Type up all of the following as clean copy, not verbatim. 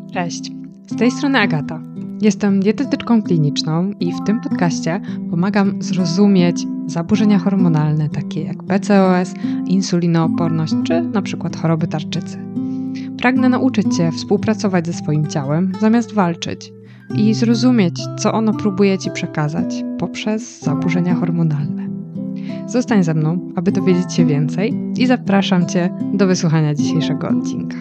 Cześć, z tej strony Agata. Jestem dietetyczką kliniczną i w tym podcaście pomagam zrozumieć zaburzenia hormonalne takie jak PCOS, insulinooporność czy na przykład choroby tarczycy. Pragnę nauczyć Cię współpracować ze swoim ciałem zamiast walczyć i zrozumieć, co ono próbuje Ci przekazać poprzez zaburzenia hormonalne. Zostań ze mną, aby dowiedzieć się więcej i zapraszam Cię do wysłuchania dzisiejszego odcinka.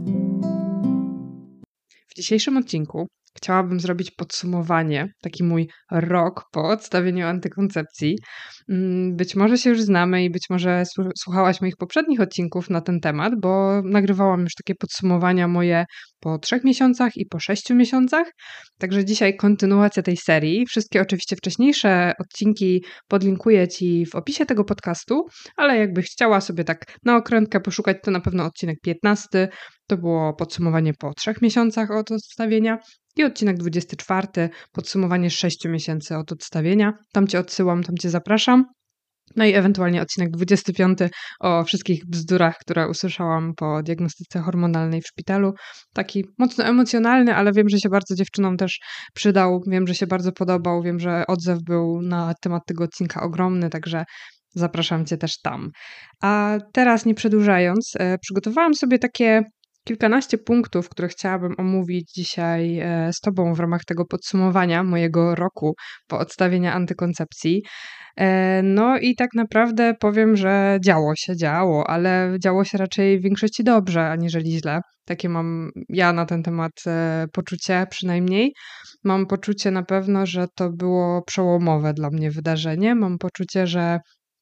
W dzisiejszym odcinku chciałabym zrobić podsumowanie, taki mój rok po odstawieniu antykoncepcji. Być może się już znamy i być może słuchałaś moich poprzednich odcinków na ten temat, bo nagrywałam już takie podsumowania moje po 3 miesiącach i po 6 miesiącach. Także dzisiaj kontynuacja tej serii. Wszystkie oczywiście wcześniejsze odcinki podlinkuję Ci w opisie tego podcastu, ale jakbyś chciała sobie tak na okrętkę poszukać, to na pewno odcinek 15. To było podsumowanie po 3 miesiącach od odstawienia i odcinek 24, podsumowanie 6 miesięcy od odstawienia. Tam Cię odsyłam, tam Cię zapraszam. No i ewentualnie odcinek 25 o wszystkich bzdurach, które usłyszałam po diagnostyce hormonalnej w szpitalu. Taki mocno emocjonalny, ale wiem, że się bardzo dziewczynom też przydał. Wiem, że się bardzo podobał. Wiem, że odzew był na temat tego odcinka ogromny, także zapraszam Cię też tam. A teraz nie przedłużając, przygotowałam sobie takie kilkanaście punktów, które chciałabym omówić dzisiaj z Tobą w ramach tego podsumowania mojego roku po odstawieniu antykoncepcji. No i tak naprawdę powiem, że działo, ale działo się raczej w większości dobrze, aniżeli źle. Takie mam ja na ten temat poczucie przynajmniej. Mam poczucie na pewno, że to było przełomowe dla mnie wydarzenie. Mam poczucie, że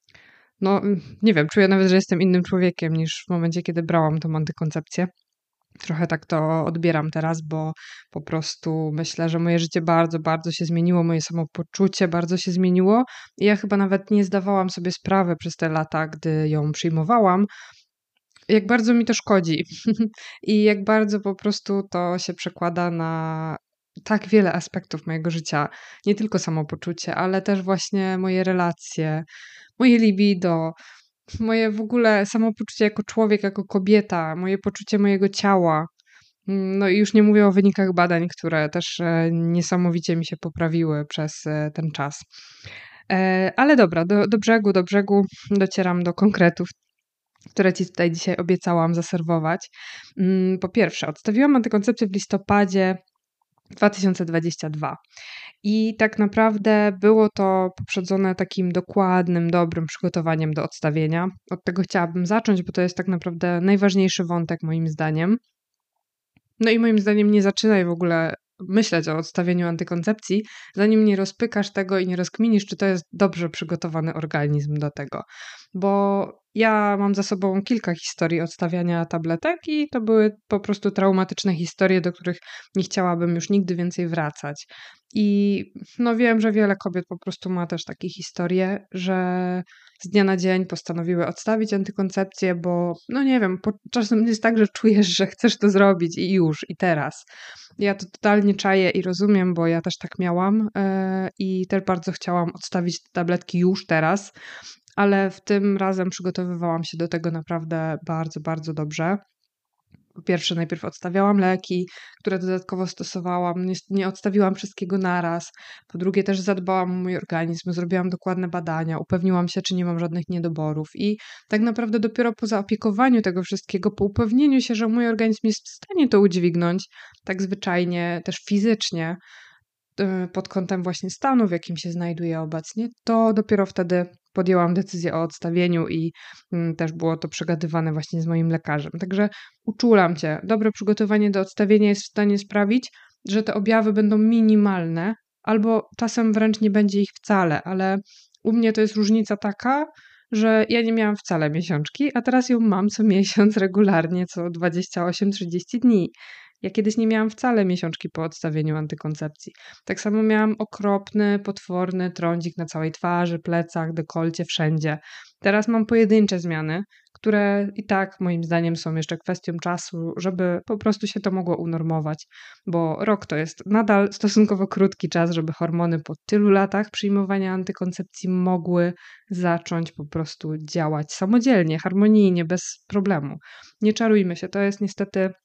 nie wiem, czuję nawet, że jestem innym człowiekiem niż w momencie, kiedy brałam tą antykoncepcję. Trochę tak to odbieram teraz, bo po prostu myślę, że moje życie bardzo, bardzo się zmieniło, moje samopoczucie bardzo się zmieniło i ja chyba nawet nie zdawałam sobie sprawy przez te lata, gdy ją przyjmowałam, jak bardzo mi to szkodzi i jak bardzo po prostu to się przekłada na tak wiele aspektów mojego życia. Nie tylko samopoczucie, ale też właśnie moje relacje, moje libido, moje w ogóle samopoczucie jako człowiek, jako kobieta, moje poczucie mojego ciała. No i już nie mówię o wynikach badań, które też niesamowicie mi się poprawiły przez ten czas. Ale dobra, do brzegu docieram do konkretów, które Ci tutaj dzisiaj obiecałam zaserwować. Po pierwsze, odstawiłam antykoncepcję w listopadzie 2022. I tak naprawdę było to poprzedzone takim dokładnym, dobrym przygotowaniem do odstawienia. Od tego chciałabym zacząć, bo to jest tak naprawdę najważniejszy wątek moim zdaniem. No i moim zdaniem nie zaczynaj w ogóle myśleć o odstawieniu antykoncepcji, zanim nie rozpykasz tego i nie rozkminisz, czy to jest dobrze przygotowany organizm do tego. Bo ja mam za sobą kilka historii odstawiania tabletek i to były po prostu traumatyczne historie, do których nie chciałabym już nigdy więcej wracać. I wiem, że wiele kobiet po prostu ma też takie historie, że z dnia na dzień postanowiły odstawić antykoncepcję, bo nie wiem, czasem jest tak, że czujesz, że chcesz to zrobić i już, i teraz. Ja to totalnie czaję i rozumiem, bo ja też tak miałam i też bardzo chciałam odstawić te tabletki już teraz, ale w tym razem przygotowywałam się do tego naprawdę bardzo, bardzo dobrze. Po pierwsze, najpierw odstawiałam leki, które dodatkowo stosowałam, nie odstawiłam wszystkiego naraz. Po drugie, też zadbałam o mój organizm, zrobiłam dokładne badania, upewniłam się, czy nie mam żadnych niedoborów. I tak naprawdę dopiero po zaopiekowaniu tego wszystkiego, po upewnieniu się, że mój organizm jest w stanie to udźwignąć, tak zwyczajnie, też fizycznie, pod kątem właśnie stanu, w jakim się znajduję obecnie, to dopiero wtedy podjęłam decyzję o odstawieniu i też było to przegadywane właśnie z moim lekarzem. Także uczulam Cię. Dobre przygotowanie do odstawienia jest w stanie sprawić, że te objawy będą minimalne, albo czasem wręcz nie będzie ich wcale, ale u mnie to jest różnica taka, że ja nie miałam wcale miesiączki, a teraz ją mam co miesiąc regularnie, co 28-30 dni. Ja kiedyś nie miałam wcale miesiączki po odstawieniu antykoncepcji. Tak samo miałam okropny, potworny trądzik na całej twarzy, plecach, dekolcie, wszędzie. Teraz mam pojedyncze zmiany, które i tak moim zdaniem są jeszcze kwestią czasu, żeby po prostu się to mogło unormować, bo rok to jest nadal stosunkowo krótki czas, żeby hormony po tylu latach przyjmowania antykoncepcji mogły zacząć po prostu działać samodzielnie, harmonijnie, bez problemu. Nie czarujmy się, to jest niestety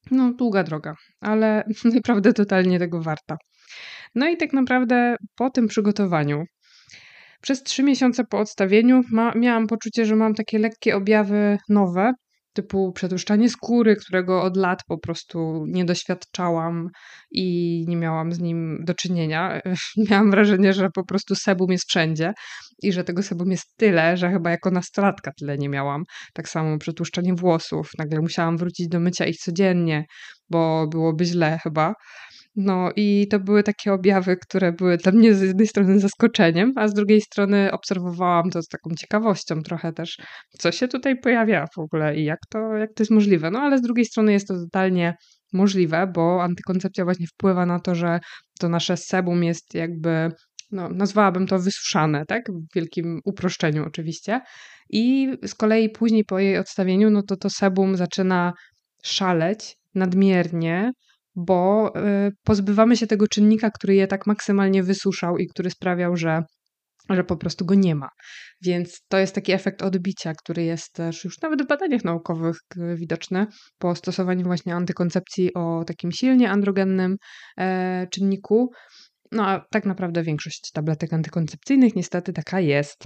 No, długa droga, ale naprawdę totalnie tego warta. No i tak naprawdę po tym przygotowaniu, przez 3 miesiące po odstawieniu miałam poczucie, że mam takie lekkie objawy nowe, typu przetłuszczanie skóry, którego od lat po prostu nie doświadczałam i nie miałam z nim do czynienia. Miałam wrażenie, że po prostu sebum jest wszędzie i że tego sebum jest tyle, że chyba jako nastolatka tyle nie miałam. Tak samo przetłuszczanie włosów. Nagle musiałam wrócić do mycia ich codziennie, bo byłoby źle chyba. No i to były takie objawy, które były dla mnie z jednej strony zaskoczeniem, a z drugiej strony obserwowałam to z taką ciekawością trochę też, co się tutaj pojawia w ogóle i jak to jest możliwe. No ale z drugiej strony jest to totalnie możliwe, bo antykoncepcja właśnie wpływa na to, że to nasze sebum jest jakby, no nazwałabym to wysuszane, tak? W wielkim uproszczeniu oczywiście. I z kolei później po jej odstawieniu, no to sebum zaczyna szaleć nadmiernie, bo pozbywamy się tego czynnika, który je tak maksymalnie wysuszał i który sprawiał, że po prostu go nie ma. Więc to jest taki efekt odbicia, który jest też już nawet w badaniach naukowych widoczny po stosowaniu właśnie antykoncepcji o takim silnie androgennym czynniku. No a tak naprawdę większość tabletek antykoncepcyjnych niestety taka jest.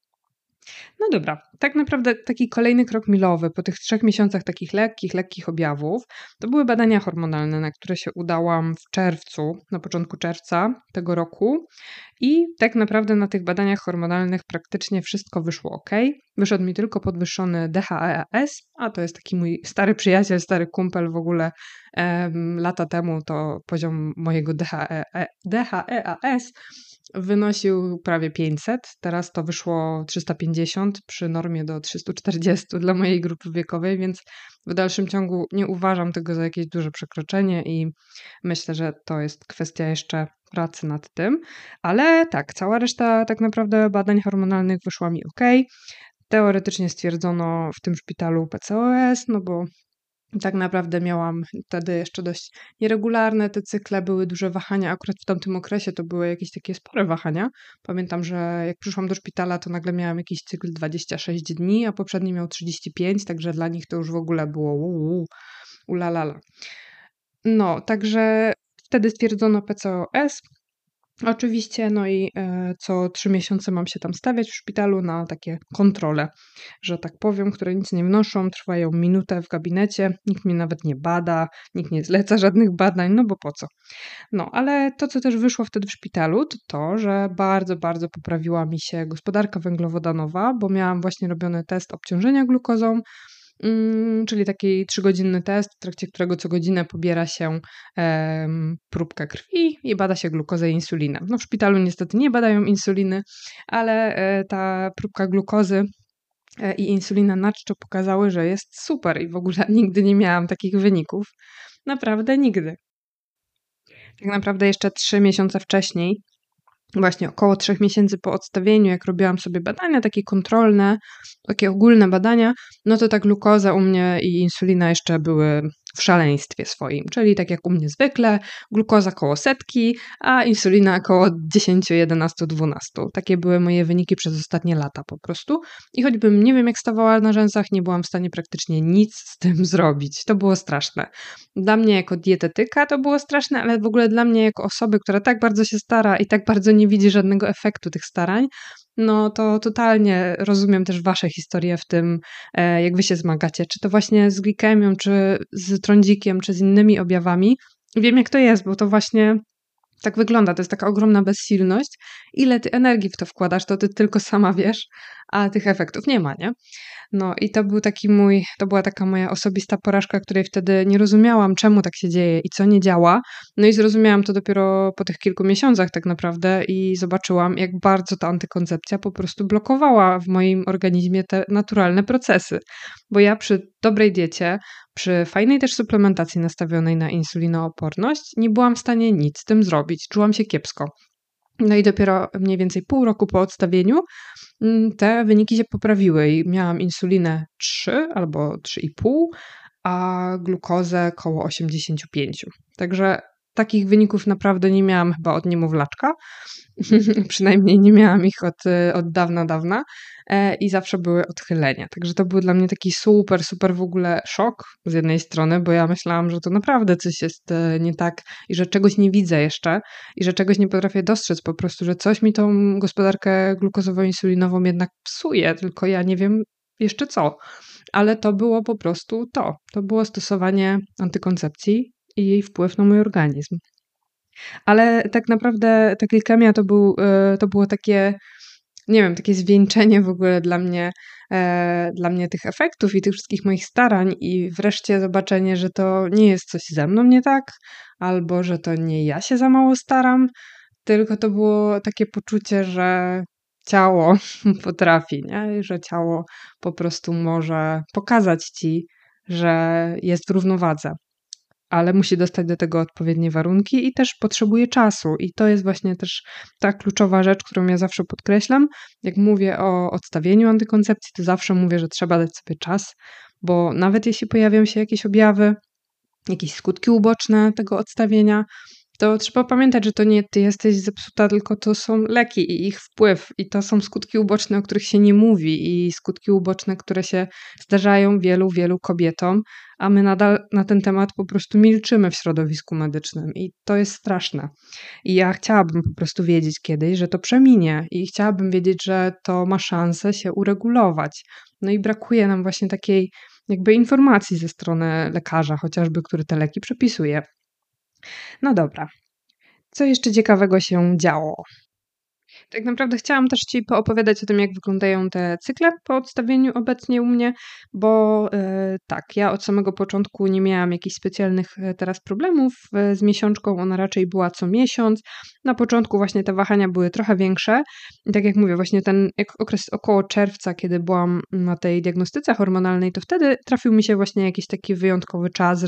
No dobra, tak naprawdę taki kolejny krok milowy po tych 3 miesiącach takich lekkich objawów, to były badania hormonalne, na które się udałam w czerwcu, na początku czerwca tego roku. I tak naprawdę na tych badaniach hormonalnych praktycznie wszystko wyszło ok. Wyszedł mi tylko podwyższony DHEAS, a to jest taki mój stary przyjaciel, stary kumpel w ogóle. Lata temu to poziom mojego DHEAS wynosił prawie 500, teraz to wyszło 350 przy normie do 340 dla mojej grupy wiekowej, więc w dalszym ciągu nie uważam tego za jakieś duże przekroczenie i myślę, że to jest kwestia jeszcze pracy nad tym. Ale tak, cała reszta tak naprawdę badań hormonalnych wyszła mi ok. Teoretycznie stwierdzono w tym szpitalu PCOS, no bo tak naprawdę miałam wtedy jeszcze dość nieregularne te cykle, były duże wahania. Akurat w tamtym okresie to były jakieś takie spore wahania. Pamiętam, że jak przyszłam do szpitala, to nagle miałam jakiś cykl 26 dni, a poprzedni miał 35, także dla nich to już w ogóle było ulalala. No, także wtedy stwierdzono PCOS. Oczywiście, no i co 3 miesiące mam się tam stawiać w szpitalu na takie kontrole, że tak powiem, które nic nie wnoszą, trwają minutę w gabinecie, nikt mnie nawet nie bada, nikt nie zleca żadnych badań, no bo po co. No, ale to, co też wyszło wtedy w szpitalu, to to, że bardzo, bardzo poprawiła mi się gospodarka węglowodanowa, bo miałam właśnie robiony test obciążenia glukozą, czyli taki 3-godzinny test, w trakcie którego co godzinę pobiera się próbkę krwi i bada się glukozę i insulinę. No w szpitalu niestety nie badają insuliny, ale ta próbka glukozy i insulina na czczo pokazały, że jest super i w ogóle nigdy nie miałam takich wyników. Naprawdę nigdy. Tak naprawdę jeszcze 3 miesiące wcześniej, właśnie około 3 miesięcy po odstawieniu, jak robiłam sobie badania takie kontrolne, takie ogólne badania, no to ta glukoza u mnie i insulina jeszcze były w szaleństwie swoim, czyli tak jak u mnie zwykle, glukoza koło 100, a insulina koło 10, 11, 12. Takie były moje wyniki przez ostatnie lata po prostu. I choćbym nie wiem jak stawała na rzęsach, nie byłam w stanie praktycznie nic z tym zrobić. To było straszne. Dla mnie jako dietetyka to było straszne, ale w ogóle dla mnie jako osoby, która tak bardzo się stara i tak bardzo nie widzi żadnego efektu tych starań, no to totalnie rozumiem też wasze historie w tym, jak wy się zmagacie, czy to właśnie z glikemią, czy z trądzikiem, czy z innymi objawami. Wiem jak to jest, bo to właśnie tak wygląda, to jest taka ogromna bezsilność. Ile ty energii w to wkładasz, to ty tylko sama wiesz, a tych efektów nie ma, nie? No i to była taka moja osobista porażka, której wtedy nie rozumiałam, czemu tak się dzieje i co nie działa. No i zrozumiałam to dopiero po tych kilku miesiącach tak naprawdę i zobaczyłam, jak bardzo ta antykoncepcja po prostu blokowała w moim organizmie te naturalne procesy. Bo ja przy dobrej diecie, przy fajnej też suplementacji nastawionej na insulinooporność, nie byłam w stanie nic z tym zrobić. Czułam się kiepsko. No i dopiero mniej więcej pół roku po odstawieniu te wyniki się poprawiły i miałam insulinę 3 albo 3,5, a glukozę koło 85. Także takich wyników naprawdę nie miałam chyba od niemowlaczka. Przynajmniej nie miałam ich od dawna. i zawsze były odchylenia. Także to był dla mnie taki super, super w ogóle szok z jednej strony, bo ja myślałam, że to naprawdę coś jest nie tak i że czegoś nie widzę jeszcze i że czegoś nie potrafię dostrzec po prostu, że coś mi tą gospodarkę glukozowo-insulinową jednak psuje, tylko ja nie wiem jeszcze co. Ale to było po prostu to. To było stosowanie antykoncepcji i jej wpływ na mój organizm. Ale tak naprawdę ta glikemia to było takie, nie wiem, takie zwieńczenie w ogóle dla mnie tych efektów i tych wszystkich moich starań i wreszcie zobaczenie, że to nie jest coś ze mną nie tak, albo że to nie ja się za mało staram, tylko to było takie poczucie, że ciało potrafi, nie? I że ciało po prostu może pokazać ci, że jest w równowadze, ale musi dostać do tego odpowiednie warunki i też potrzebuje czasu. I to jest właśnie też ta kluczowa rzecz, którą ja zawsze podkreślam. Jak mówię o odstawieniu antykoncepcji, to zawsze mówię, że trzeba dać sobie czas, bo nawet jeśli pojawią się jakieś objawy, jakieś skutki uboczne tego odstawienia, to trzeba pamiętać, że to nie ty jesteś zepsuta, tylko to są leki i ich wpływ. I to są skutki uboczne, o których się nie mówi, i skutki uboczne, które się zdarzają wielu, wielu kobietom, a my nadal na ten temat po prostu milczymy w środowisku medycznym. I to jest straszne. I ja chciałabym po prostu wiedzieć kiedyś, że to przeminie, i chciałabym wiedzieć, że to ma szansę się uregulować. No i brakuje nam właśnie takiej jakby informacji ze strony lekarza, chociażby, który te leki przepisuje. No dobra. Co jeszcze ciekawego się działo? Tak naprawdę chciałam też ci poopowiadać o tym, jak wyglądają te cykle po odstawieniu obecnie u mnie, bo tak, ja od samego początku nie miałam jakichś specjalnych teraz problemów z miesiączką, ona raczej była co miesiąc. Na początku właśnie te wahania były trochę większe i tak jak mówię, właśnie ten okres około czerwca, kiedy byłam na tej diagnostyce hormonalnej, to wtedy trafił mi się właśnie jakiś taki wyjątkowy czas,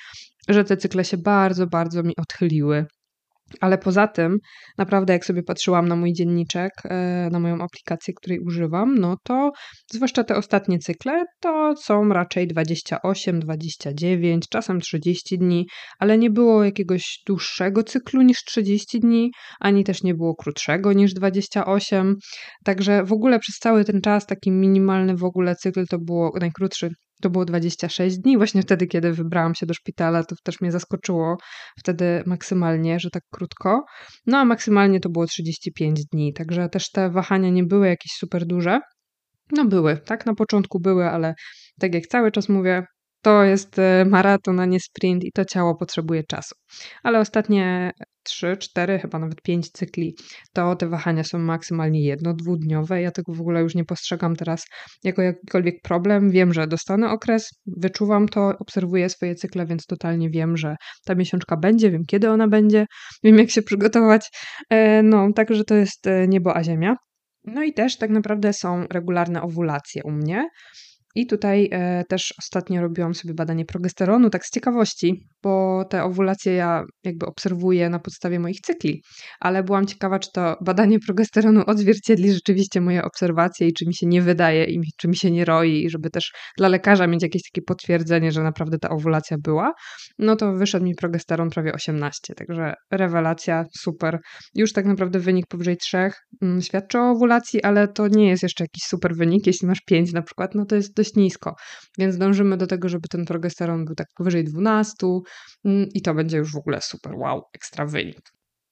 że te cykle się bardzo, bardzo mi odchyliły. Ale poza tym, naprawdę jak sobie patrzyłam na mój dzienniczek, na moją aplikację, której używam, no to zwłaszcza te ostatnie cykle, to są raczej 28, 29, czasem 30 dni, ale nie było jakiegoś dłuższego cyklu niż 30 dni, ani też nie było krótszego niż 28. Także w ogóle przez cały ten czas taki minimalny w ogóle cykl to było najkrótszy. To było 26 dni. Właśnie wtedy, kiedy wybrałam się do szpitala, to też mnie zaskoczyło. Wtedy maksymalnie, że tak krótko. No a maksymalnie to było 35 dni. Także też te wahania nie były jakieś super duże. No były, tak? Na początku były, ale tak jak cały czas mówię, to jest maraton, a nie sprint i to ciało potrzebuje czasu. Ale ostatnie 3, 4, chyba nawet 5 cykli, to te wahania są maksymalnie jedno-dwudniowe. Ja tego w ogóle już nie postrzegam teraz jako jakikolwiek problem. Wiem, że dostanę okres, wyczuwam to, obserwuję swoje cykle, więc totalnie wiem, że ta miesiączka będzie, wiem kiedy ona będzie, wiem jak się przygotować. No, także to jest niebo a ziemia. No i też tak naprawdę są regularne owulacje u mnie. I tutaj też ostatnio robiłam sobie badanie progesteronu, tak z ciekawości, bo te owulacje ja jakby obserwuję na podstawie moich cykli, ale byłam ciekawa, czy to badanie progesteronu odzwierciedli rzeczywiście moje obserwacje i czy mi się nie wydaje i czy mi się nie roi, i żeby też dla lekarza mieć jakieś takie potwierdzenie, że naprawdę ta owulacja była. No to wyszedł mi progesteron prawie 18, także rewelacja, super. Już tak naprawdę wynik powyżej 3 świadczy o owulacji, ale to nie jest jeszcze jakiś super wynik. Jeśli masz 5 na przykład, no to jest dość nisko, więc dążymy do tego, żeby ten progesteron był tak powyżej 12 i to będzie już w ogóle super, wow, ekstra wynik.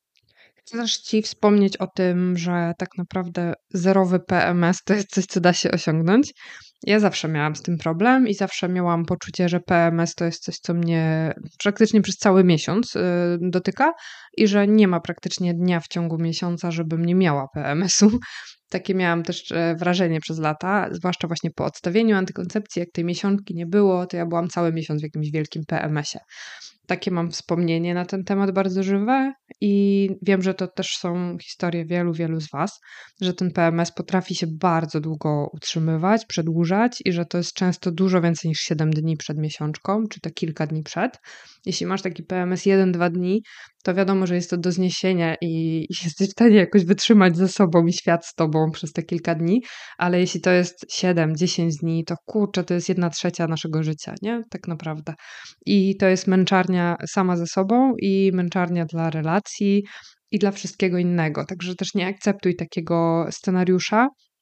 Chcę też ci wspomnieć o tym, że tak naprawdę zerowy PMS to jest coś, co da się osiągnąć. Ja zawsze miałam z tym problem i zawsze miałam poczucie, że PMS to jest coś, co mnie praktycznie przez cały miesiąc dotyka i że nie ma praktycznie dnia w ciągu miesiąca, żebym nie miała PMS-u. Takie miałam też wrażenie przez lata, zwłaszcza właśnie po odstawieniu antykoncepcji, jak tej miesiączki nie było, to ja byłam cały miesiąc w jakimś wielkim PMS-ie. Takie mam wspomnienie na ten temat bardzo żywe i wiem, że to też są historie wielu, wielu z Was, że ten PMS potrafi się bardzo długo utrzymywać, przedłużać i że to jest często dużo więcej niż 7 dni przed miesiączką, czy te kilka dni przed. Jeśli masz taki PMS 1-2 dni, to wiadomo, że jest to do zniesienia i jesteś w stanie jakoś wytrzymać ze sobą i świat z Tobą przez te kilka dni, ale jeśli to jest 7-10 dni, to kurczę, to jest 1/3 naszego życia, nie? Tak naprawdę. I to jest męczarnia sama ze sobą i męczarnia dla relacji i dla wszystkiego innego. Także też nie akceptuj takiego scenariusza,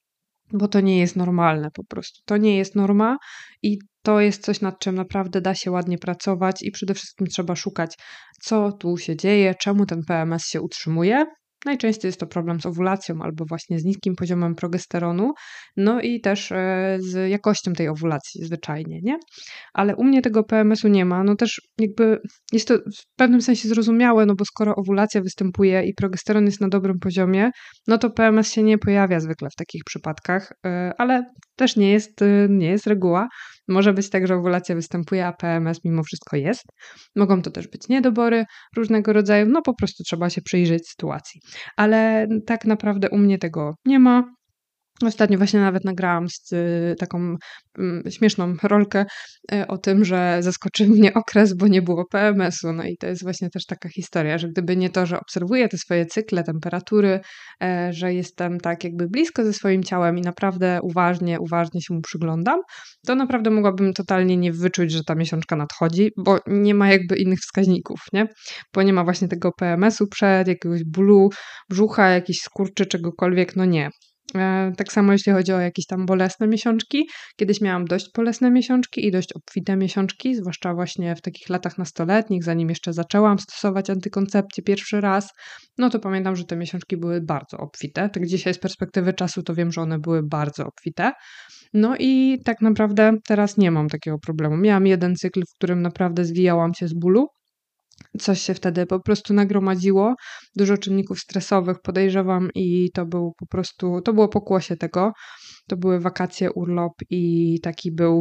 bo to nie jest normalne po prostu. To nie jest norma i to jest coś, nad czym naprawdę da się ładnie pracować i przede wszystkim trzeba szukać, co tu się dzieje, czemu ten PMS się utrzymuje. Najczęściej jest to problem z owulacją albo właśnie z niskim poziomem progesteronu, no i też z jakością tej owulacji zwyczajnie, nie? Ale u mnie tego PMS-u nie ma. No też jakby jest to w pewnym sensie zrozumiałe, no bo skoro owulacja występuje i progesteron jest na dobrym poziomie, no to PMS się nie pojawia zwykle w takich przypadkach, ale też nie jest reguła. Może być tak, że owulacja występuje, a PMS mimo wszystko jest. Mogą to też być niedobory różnego rodzaju, no po prostu trzeba się przyjrzeć sytuacji. Ale tak naprawdę u mnie tego nie ma. Ostatnio właśnie nawet nagrałam taką śmieszną rolkę o tym, że zaskoczył mnie okres, bo nie było PMS-u. No i to jest właśnie też taka historia, że gdyby nie to, że obserwuję te swoje cykle, temperatury, że jestem tak jakby blisko ze swoim ciałem i naprawdę uważnie się mu przyglądam, to naprawdę mogłabym totalnie nie wyczuć, że ta miesiączka nadchodzi, bo nie ma jakby innych wskaźników, nie? Bo nie ma właśnie tego PMS-u przed, jakiegoś bólu brzucha, jakiś skurczy, czegokolwiek, no nie. Tak samo jeśli chodzi o jakieś tam bolesne miesiączki. Kiedyś miałam dość bolesne miesiączki i dość obfite miesiączki, zwłaszcza właśnie w takich latach nastoletnich, zanim jeszcze zaczęłam stosować antykoncepcję pierwszy raz, no to pamiętam, że te miesiączki były bardzo obfite. Tak dzisiaj z perspektywy czasu to wiem, że one były bardzo obfite. No i tak naprawdę teraz nie mam takiego problemu. Miałam jeden cykl, w którym naprawdę zwijałam się z bólu. Coś się wtedy po prostu nagromadziło, dużo czynników stresowych podejrzewam i to było pokłosie tego. To były wakacje, urlop i taki był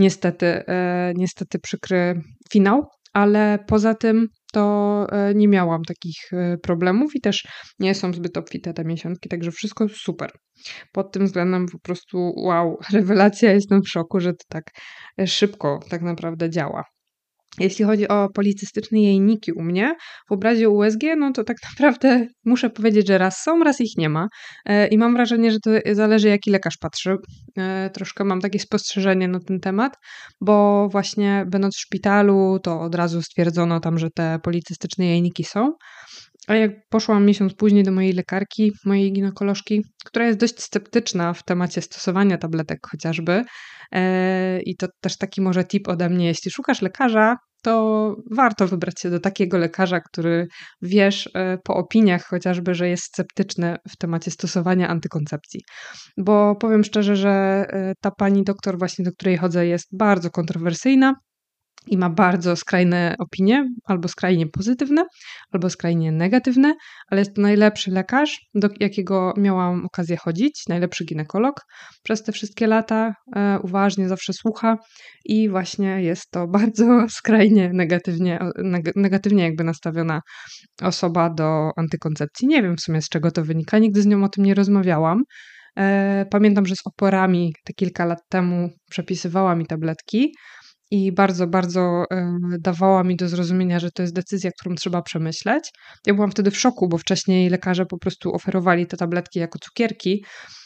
niestety przykry finał, ale poza tym to nie miałam takich problemów i też nie są zbyt obfite te miesiączki, także wszystko super. Pod tym względem po prostu wow, rewelacja, jestem w szoku, że to tak szybko tak naprawdę działa. Jeśli chodzi o policystyczne jajniki u mnie, w obrazie USG, no to tak naprawdę muszę powiedzieć, że raz są, raz ich nie ma. I mam wrażenie, że to zależy, jaki lekarz patrzy. Troszkę mam takie spostrzeżenie na ten temat, bo właśnie będąc w szpitalu, to od razu stwierdzono tam, że te policystyczne jajniki są. A jak poszłam miesiąc później do mojej lekarki, mojej ginekolożki, która jest dość sceptyczna w temacie stosowania tabletek chociażby, i to też taki może tip ode mnie, jeśli szukasz lekarza, to warto wybrać się do takiego lekarza, który wiesz po opiniach chociażby, że jest sceptyczny w temacie stosowania antykoncepcji. Bo powiem szczerze, że ta pani doktor właśnie, do której chodzę, jest bardzo kontrowersyjna i ma bardzo skrajne opinie, albo skrajnie pozytywne, albo skrajnie negatywne, ale jest to najlepszy lekarz, do jakiego miałam okazję chodzić, najlepszy ginekolog przez te wszystkie lata, uważnie zawsze słucha i właśnie jest to bardzo skrajnie negatywnie jakby nastawiona osoba do antykoncepcji. Nie wiem w sumie z czego to wynika, nigdy z nią o tym nie rozmawiałam. Pamiętam, że z oporami te kilka lat temu przepisywała mi tabletki, i bardzo dawała mi do zrozumienia, że to jest decyzja, którą trzeba przemyśleć. Ja byłam wtedy w szoku, bo wcześniej lekarze po prostu oferowali te tabletki jako cukierki,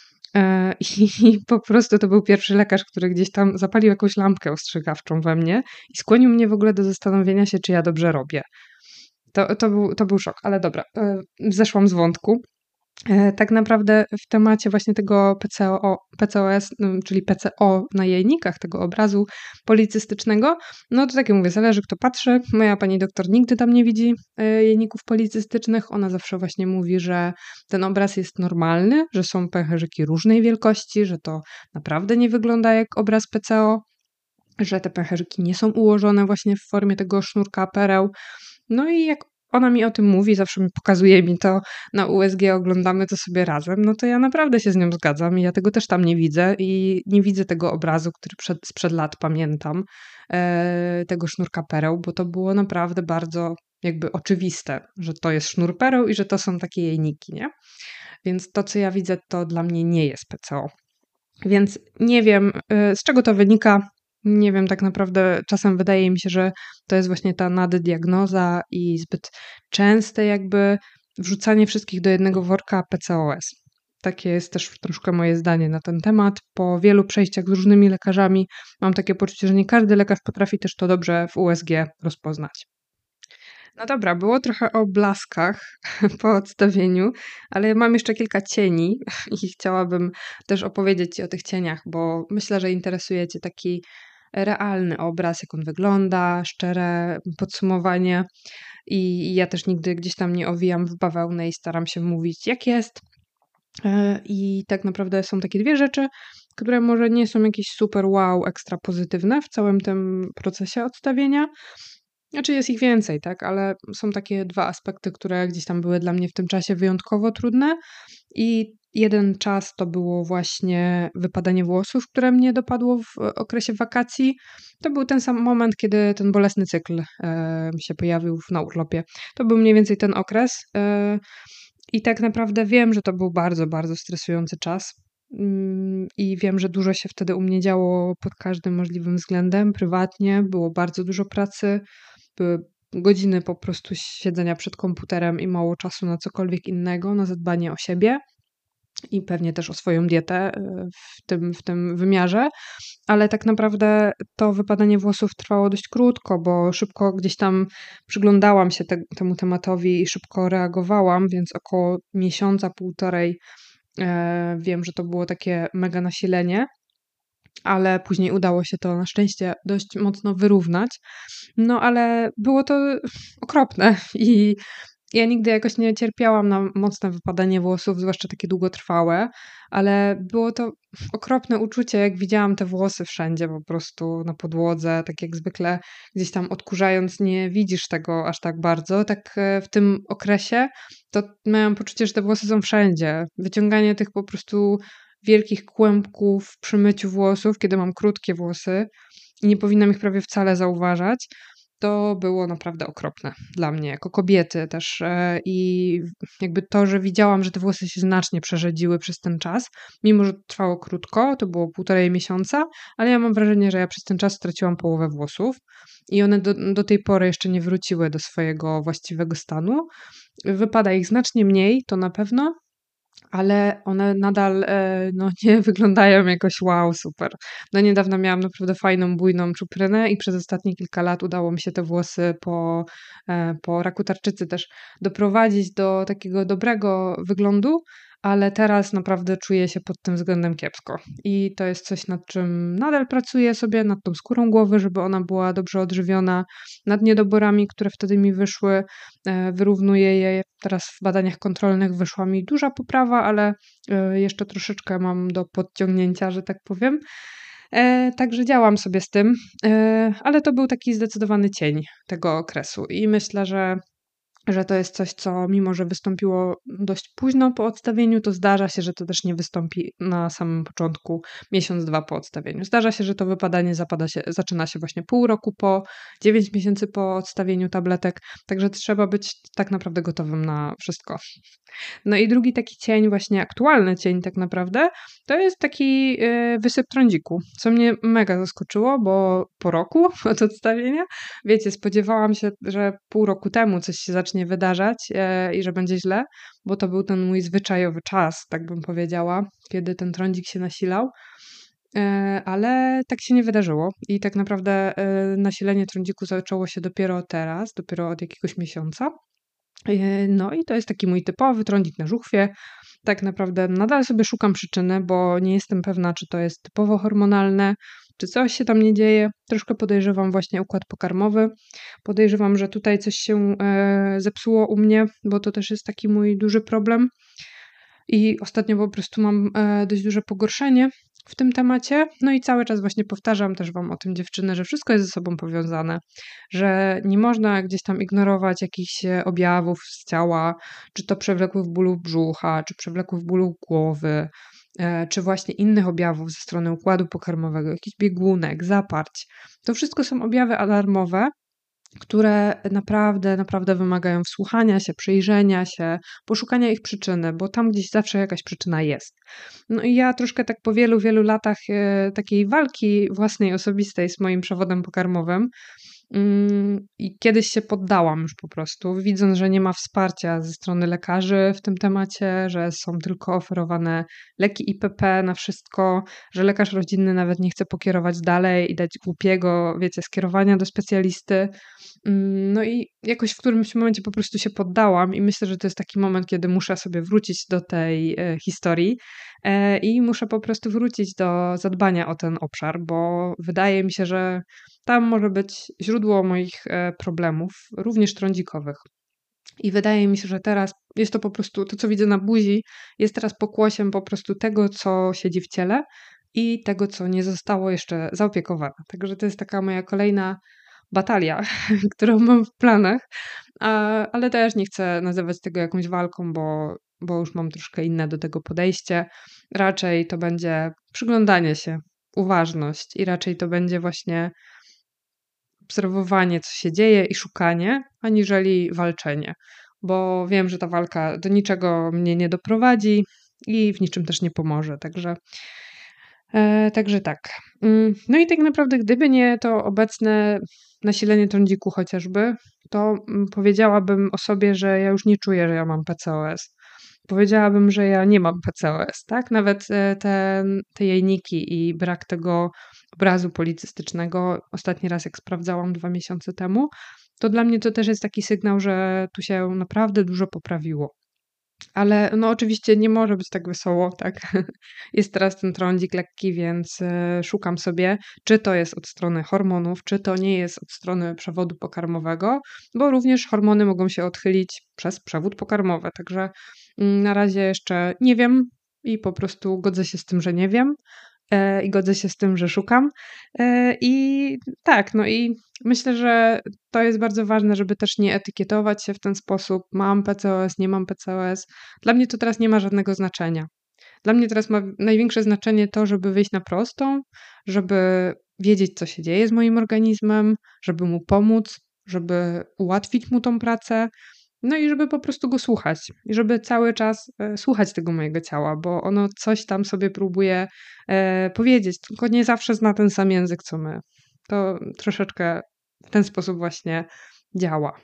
i po prostu to był pierwszy lekarz, który gdzieś tam zapalił jakąś lampkę ostrzegawczą we mnie i skłonił mnie w ogóle do zastanowienia się, czy ja dobrze robię. To był szok, ale dobra, zeszłam z wątku. Tak naprawdę w temacie właśnie tego PCOS, czyli PCO na jajnikach, tego obrazu policystycznego, no to tak jak mówię, zależy kto patrzy. Moja pani doktor nigdy tam nie widzi jajników policystycznych. Ona zawsze właśnie mówi, że ten obraz jest normalny, że są pęcherzyki różnej wielkości, że to naprawdę nie wygląda jak obraz PCO, że te pęcherzyki nie są ułożone właśnie w formie tego sznurka pereł. No i jak ona mi o tym mówi, zawsze mi pokazuje mi to na USG, oglądamy to sobie razem, no to ja naprawdę się z nią zgadzam i ja tego też tam nie widzę i nie widzę tego obrazu, który sprzed lat pamiętam, tego sznurka pereł, bo to było naprawdę bardzo jakby oczywiste, że to jest sznur pereł i że to są takie jajniki, nie? Więc to, co ja widzę, to dla mnie nie jest PCO. Więc nie wiem, z czego to wynika. Nie wiem, tak naprawdę czasem wydaje mi się, że to jest właśnie ta naddiagnoza i zbyt częste jakby wrzucanie wszystkich do jednego worka PCOS. Takie jest też troszkę moje zdanie na ten temat. Po wielu przejściach z różnymi lekarzami mam takie poczucie, że nie każdy lekarz potrafi też to dobrze w USG rozpoznać. No dobra, było trochę o blaskach po odstawieniu, ale mam jeszcze kilka cieni i chciałabym też opowiedzieć Ci o tych cieniach, bo myślę, że interesuje Cię taki realny obraz, jak on wygląda, szczere podsumowanie. I ja też nigdy gdzieś tam nie owijam w bawełnę i staram się mówić, jak jest. I tak naprawdę są takie dwie rzeczy, które może nie są jakieś super wow, ekstra pozytywne w całym tym procesie odstawienia. Znaczy jest ich więcej, tak, ale są takie dwa aspekty, które gdzieś tam były dla mnie w tym czasie wyjątkowo trudne. I jeden czas to było właśnie wypadanie włosów, które mnie dopadło w okresie wakacji. To był ten sam moment, kiedy ten bolesny cykl się pojawił na urlopie. To był mniej więcej ten okres. I tak naprawdę wiem, że to był bardzo, bardzo stresujący czas. I wiem, że dużo się wtedy u mnie działo pod każdym możliwym względem, prywatnie. Było bardzo dużo pracy, były godziny po prostu siedzenia przed komputerem i mało czasu na cokolwiek innego, na zadbanie o siebie i pewnie też o swoją dietę w tym wymiarze. Ale tak naprawdę to wypadanie włosów trwało dość krótko, bo szybko gdzieś tam przyglądałam się temu tematowi i szybko reagowałam, więc około miesiąca, półtorej wiem, że to było takie mega nasilenie, ale później udało się to na szczęście dość mocno wyrównać. No ale było to okropne i ja nigdy jakoś nie cierpiałam na mocne wypadanie włosów, zwłaszcza takie długotrwałe, ale było to okropne uczucie, jak widziałam te włosy wszędzie po prostu na podłodze, tak jak zwykle gdzieś tam odkurzając nie widzisz tego aż tak bardzo. Tak w tym okresie to miałam poczucie, że te włosy są wszędzie. Wyciąganie tych po prostu wielkich kłębków przy myciu włosów, kiedy mam krótkie włosy i nie powinnam ich prawie wcale zauważać, to było naprawdę okropne dla mnie jako kobiety też. I jakby to, że widziałam, że te włosy się znacznie przerzedziły przez ten czas, mimo że to trwało krótko, to było 1,5 miesiąca, ale ja mam wrażenie, że ja przez ten czas straciłam połowę włosów i one do tej pory jeszcze nie wróciły do swojego właściwego stanu. Wypada ich znacznie mniej, to na pewno, ale one nadal, no, nie wyglądają jakoś wow, super. Do niedawna miałam naprawdę fajną, bujną czuprynę i przez ostatnie kilka lat udało mi się te włosy po raku tarczycy też doprowadzić do takiego dobrego wyglądu, ale teraz naprawdę czuję się pod tym względem kiepsko. I to jest coś, nad czym nadal pracuję sobie, nad tą skórą głowy, żeby ona była dobrze odżywiona, nad niedoborami, które wtedy mi wyszły, wyrównuję je. Teraz w badaniach kontrolnych wyszła mi duża poprawa, ale jeszcze troszeczkę mam do podciągnięcia, że tak powiem. Także działam sobie z tym, ale to był taki zdecydowany cień tego okresu i myślę, że to jest coś, co mimo, że wystąpiło dość późno po odstawieniu, to zdarza się, że to też nie wystąpi na samym początku, miesiąc, dwa po odstawieniu. Zdarza się, że to wypadanie zaczyna się właśnie pół roku po, 9 miesięcy po odstawieniu tabletek, także trzeba być tak naprawdę gotowym na wszystko. No i drugi taki cień, właśnie aktualny cień tak naprawdę, to jest taki wysyp trądziku, co mnie mega zaskoczyło, bo po roku od odstawienia, wiecie, spodziewałam się, że pół roku temu coś się zacznie wydarzać i że będzie źle, bo to był ten mój zwyczajowy czas, tak bym powiedziała, kiedy ten trądzik się nasilał. Ale tak się nie wydarzyło i tak naprawdę nasilenie trądziku zaczęło się dopiero teraz, dopiero od jakiegoś miesiąca. No i to jest taki mój typowy trądzik na żuchwie. Tak naprawdę nadal sobie szukam przyczyny, bo nie jestem pewna, czy to jest typowo hormonalne, czy coś się tam nie dzieje. Troszkę podejrzewam właśnie układ pokarmowy. Podejrzewam, że tutaj coś się zepsuło u mnie, bo to też jest taki mój duży problem. I ostatnio po prostu mam dość duże pogorszenie w tym temacie. No i cały czas właśnie powtarzam też wam o tym, dziewczyny, że wszystko jest ze sobą powiązane, że nie można gdzieś tam ignorować jakichś objawów z ciała, czy to przewlekłych bólów brzucha, czy przewlekłych bólów głowy, czy właśnie innych objawów ze strony układu pokarmowego, jakichś biegunek, zaparć. To wszystko są objawy alarmowe, które naprawdę, naprawdę wymagają wsłuchania się, przyjrzenia się, poszukania ich przyczyny, bo tam gdzieś zawsze jakaś przyczyna jest. No i ja troszkę tak po wielu, wielu latach takiej walki własnej, osobistej z moim przewodem pokarmowym, I kiedyś się poddałam już po prostu, widząc, że nie ma wsparcia ze strony lekarzy w tym temacie, że są tylko oferowane leki IPP na wszystko, że lekarz rodzinny nawet nie chce pokierować dalej i dać głupiego, wiecie, skierowania do specjalisty. No i jakoś w którymś momencie po prostu się poddałam i myślę, że to jest taki moment, kiedy muszę sobie wrócić do tej historii i muszę po prostu wrócić do zadbania o ten obszar, bo wydaje mi się, że tam może być źródło moich problemów, również trądzikowych. I wydaje mi się, że teraz jest to po prostu to, co widzę na buzi, jest teraz pokłosiem po prostu tego, co siedzi w ciele i tego, co nie zostało jeszcze zaopiekowane. Także to jest taka moja kolejna batalia, którą mam w planach, ale też nie chcę nazywać tego jakąś walką, bo już mam troszkę inne do tego podejście. Raczej to będzie przyglądanie się, uważność i raczej to będzie właśnie obserwowanie, co się dzieje i szukanie, aniżeli walczenie. Bo wiem, że ta walka do niczego mnie nie doprowadzi i w niczym też nie pomoże. Także tak. No i tak naprawdę, gdyby nie to obecne nasilenie trądziku chociażby, to powiedziałabym o sobie, że ja już nie czuję, że ja mam PCOS. Powiedziałabym, że ja nie mam PCOS, tak? Nawet te jajniki i brak tego obrazu policystycznego, ostatni raz jak sprawdzałam 2 miesiące temu, to dla mnie to też jest taki sygnał, że tu się naprawdę dużo poprawiło. Ale no oczywiście nie może być tak wesoło, tak? Jest teraz ten trądzik lekki, więc szukam sobie, czy to jest od strony hormonów, czy to nie jest od strony przewodu pokarmowego, bo również hormony mogą się odchylić przez przewód pokarmowy. Także na razie jeszcze nie wiem i po prostu godzę się z tym, że nie wiem. I godzę się z tym, że szukam. I tak, no i myślę, że to jest bardzo ważne, żeby też nie etykietować się w ten sposób: mam PCOS, nie mam PCOS. Dla mnie to teraz nie ma żadnego znaczenia. Dla mnie teraz ma największe znaczenie to, żeby wyjść na prostą, żeby wiedzieć, co się dzieje z moim organizmem, żeby mu pomóc, żeby ułatwić mu tą pracę, no i żeby po prostu go słuchać. I żeby cały czas słuchać tego mojego ciała, bo ono coś tam sobie próbuje powiedzieć, tylko nie zawsze zna ten sam język, co my. To troszeczkę w ten sposób właśnie działa.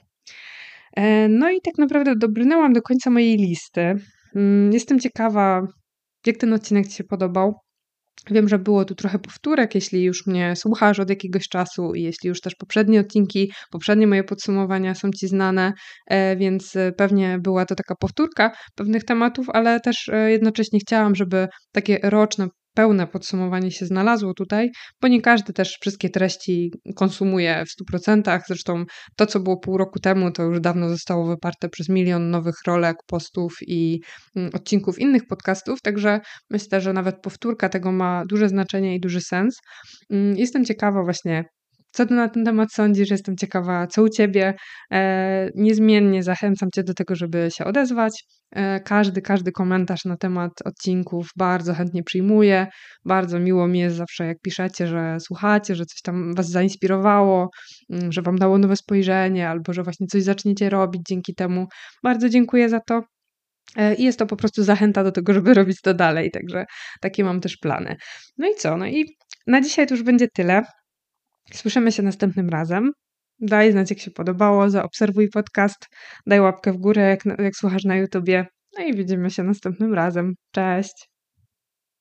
No i tak naprawdę dobrnęłam do końca mojej listy. Jestem ciekawa, jak ten odcinek ci się podobał. Wiem, że było tu trochę powtórek, jeśli już mnie słuchasz od jakiegoś czasu i jeśli już też poprzednie odcinki, poprzednie moje podsumowania są ci znane, więc pewnie była to taka powtórka pewnych tematów, ale też jednocześnie chciałam, żeby takie roczne, pełne podsumowanie się znalazło tutaj, bo nie każdy też wszystkie treści konsumuje w 100%. Zresztą to, co było pół roku temu, to już dawno zostało wyparte przez milion nowych rolek, postów i odcinków innych podcastów, także myślę, że nawet powtórka tego ma duże znaczenie i duży sens. Jestem ciekawa właśnie, co ty na ten temat sądzisz, jestem ciekawa, co u ciebie. Niezmiennie zachęcam cię do tego, żeby się odezwać. Każdy komentarz na temat odcinków bardzo chętnie przyjmuję. Bardzo miło mi jest zawsze, jak piszecie, że słuchacie, że coś tam was zainspirowało, że wam dało nowe spojrzenie, albo że właśnie coś zaczniecie robić dzięki temu. Bardzo dziękuję za to. I jest to po prostu zachęta do tego, żeby robić to dalej, także takie mam też plany. No i co? No i na dzisiaj to już będzie tyle. Słyszymy się następnym razem. Daj znać, jak się podobało, zaobserwuj podcast, daj łapkę w górę, jak słuchasz na YouTubie. No i widzimy się następnym razem. Cześć!